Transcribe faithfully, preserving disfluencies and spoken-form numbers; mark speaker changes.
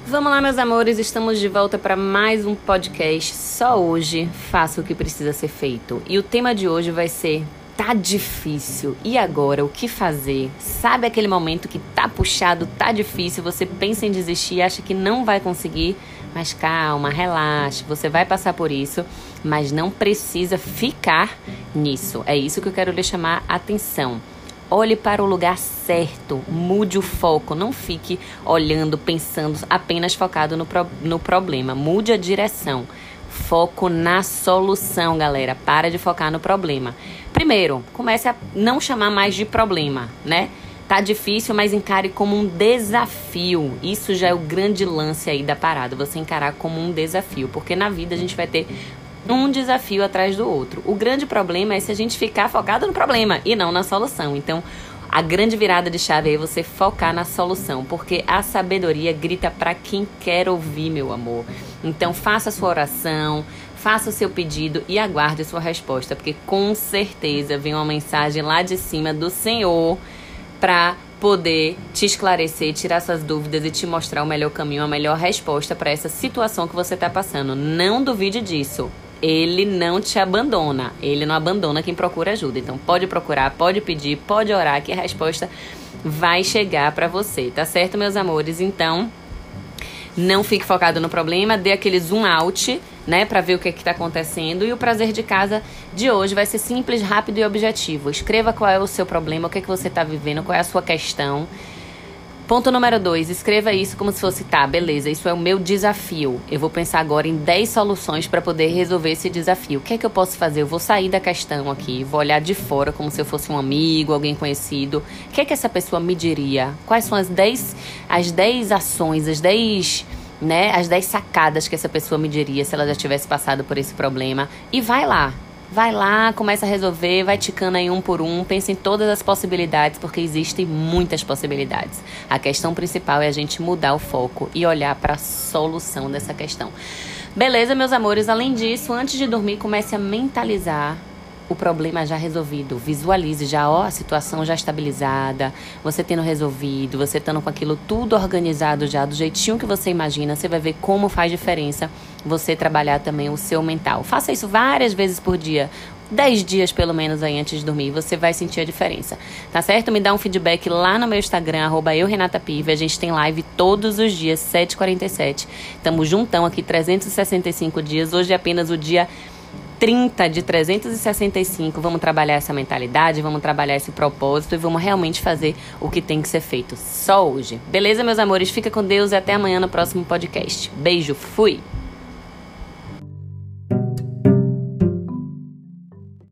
Speaker 1: Vamos lá, meus amores, estamos de volta para mais um podcast. Só hoje faça o que precisa ser feito. E o tema de hoje vai ser: tá difícil, e agora, o que fazer? Sabe aquele momento que tá puxado, tá difícil, você pensa em desistir e acha que não vai conseguir? Mas calma, relaxe, você vai passar por isso, mas não precisa ficar nisso. É isso que eu quero lhe chamar a atenção. Olhe para o lugar certo, mude o foco, não fique olhando, pensando, apenas focado no, pro, no problema. Mude a direção, foco na solução, galera. Para de focar no problema. Primeiro, comece a não chamar mais de problema, né? Tá difícil, mas encare como um desafio. Isso já é o grande lance aí da parada, você encarar como um desafio, porque na vida a gente vai ter um desafio atrás do outro. O grande problema é se a gente ficar focado no problema e não na solução. Então, a grande virada de chave é você focar na solução, porque a sabedoria grita para quem quer ouvir, meu amor. Então, faça a sua oração, faça o seu pedido e aguarde a sua resposta, porque com certeza vem uma mensagem lá de cima do Senhor para poder te esclarecer, tirar suas dúvidas e te mostrar o melhor caminho, a melhor resposta para essa situação que você está passando. Não duvide disso. Ele não te abandona, ele não abandona quem procura ajuda. Então pode procurar, pode pedir, pode orar que a resposta vai chegar para você, tá certo, meus amores? Então, não fique focado no problema, dê aquele zoom out, né, para ver o que é que tá acontecendo. E o prazer de casa de hoje vai ser simples, rápido e objetivo. Escreva qual é o seu problema, o que é que você tá vivendo, qual é a sua questão. Ponto número dois, escreva isso como se fosse, tá, beleza, isso é o meu desafio. Eu vou pensar agora em dez soluções para poder resolver esse desafio. O que é que eu posso fazer? Eu vou sair da questão aqui, vou olhar de fora como se eu fosse um amigo, alguém conhecido. O que é que essa pessoa me diria? Quais são as dez, as dez ações, as dez, né, as dez sacadas que essa pessoa me diria se ela já tivesse passado por esse problema? E vai lá. Vai lá, começa a resolver, vai ticando aí um por um, pensa em todas as possibilidades, porque existem muitas possibilidades. A questão principal é a gente mudar o foco e olhar para a solução dessa questão. Beleza, meus amores? Além disso, antes de dormir, comece a mentalizar o problema já resolvido. Visualize já, ó, a situação já estabilizada, você tendo resolvido, você estando com aquilo tudo organizado já, do jeitinho que você imagina. Você vai ver como faz diferença você trabalhar também o seu mental. Faça isso várias vezes por dia, dez dias pelo menos aí antes de dormir, você vai sentir a diferença, tá certo? Me dá um feedback lá no meu Instagram, arroba eu, Renata Pive. A gente tem live todos os dias, sete e quarenta e sete. Tamo juntão aqui, trezentos e sessenta e cinco dias. Hoje é apenas o dia trinta de trezentos e sessenta e cinco. Vamos trabalhar essa mentalidade, vamos trabalhar esse propósito e vamos realmente fazer o que tem que ser feito só hoje. Beleza, meus amores? Fica com Deus e até amanhã no próximo podcast. Beijo, fui!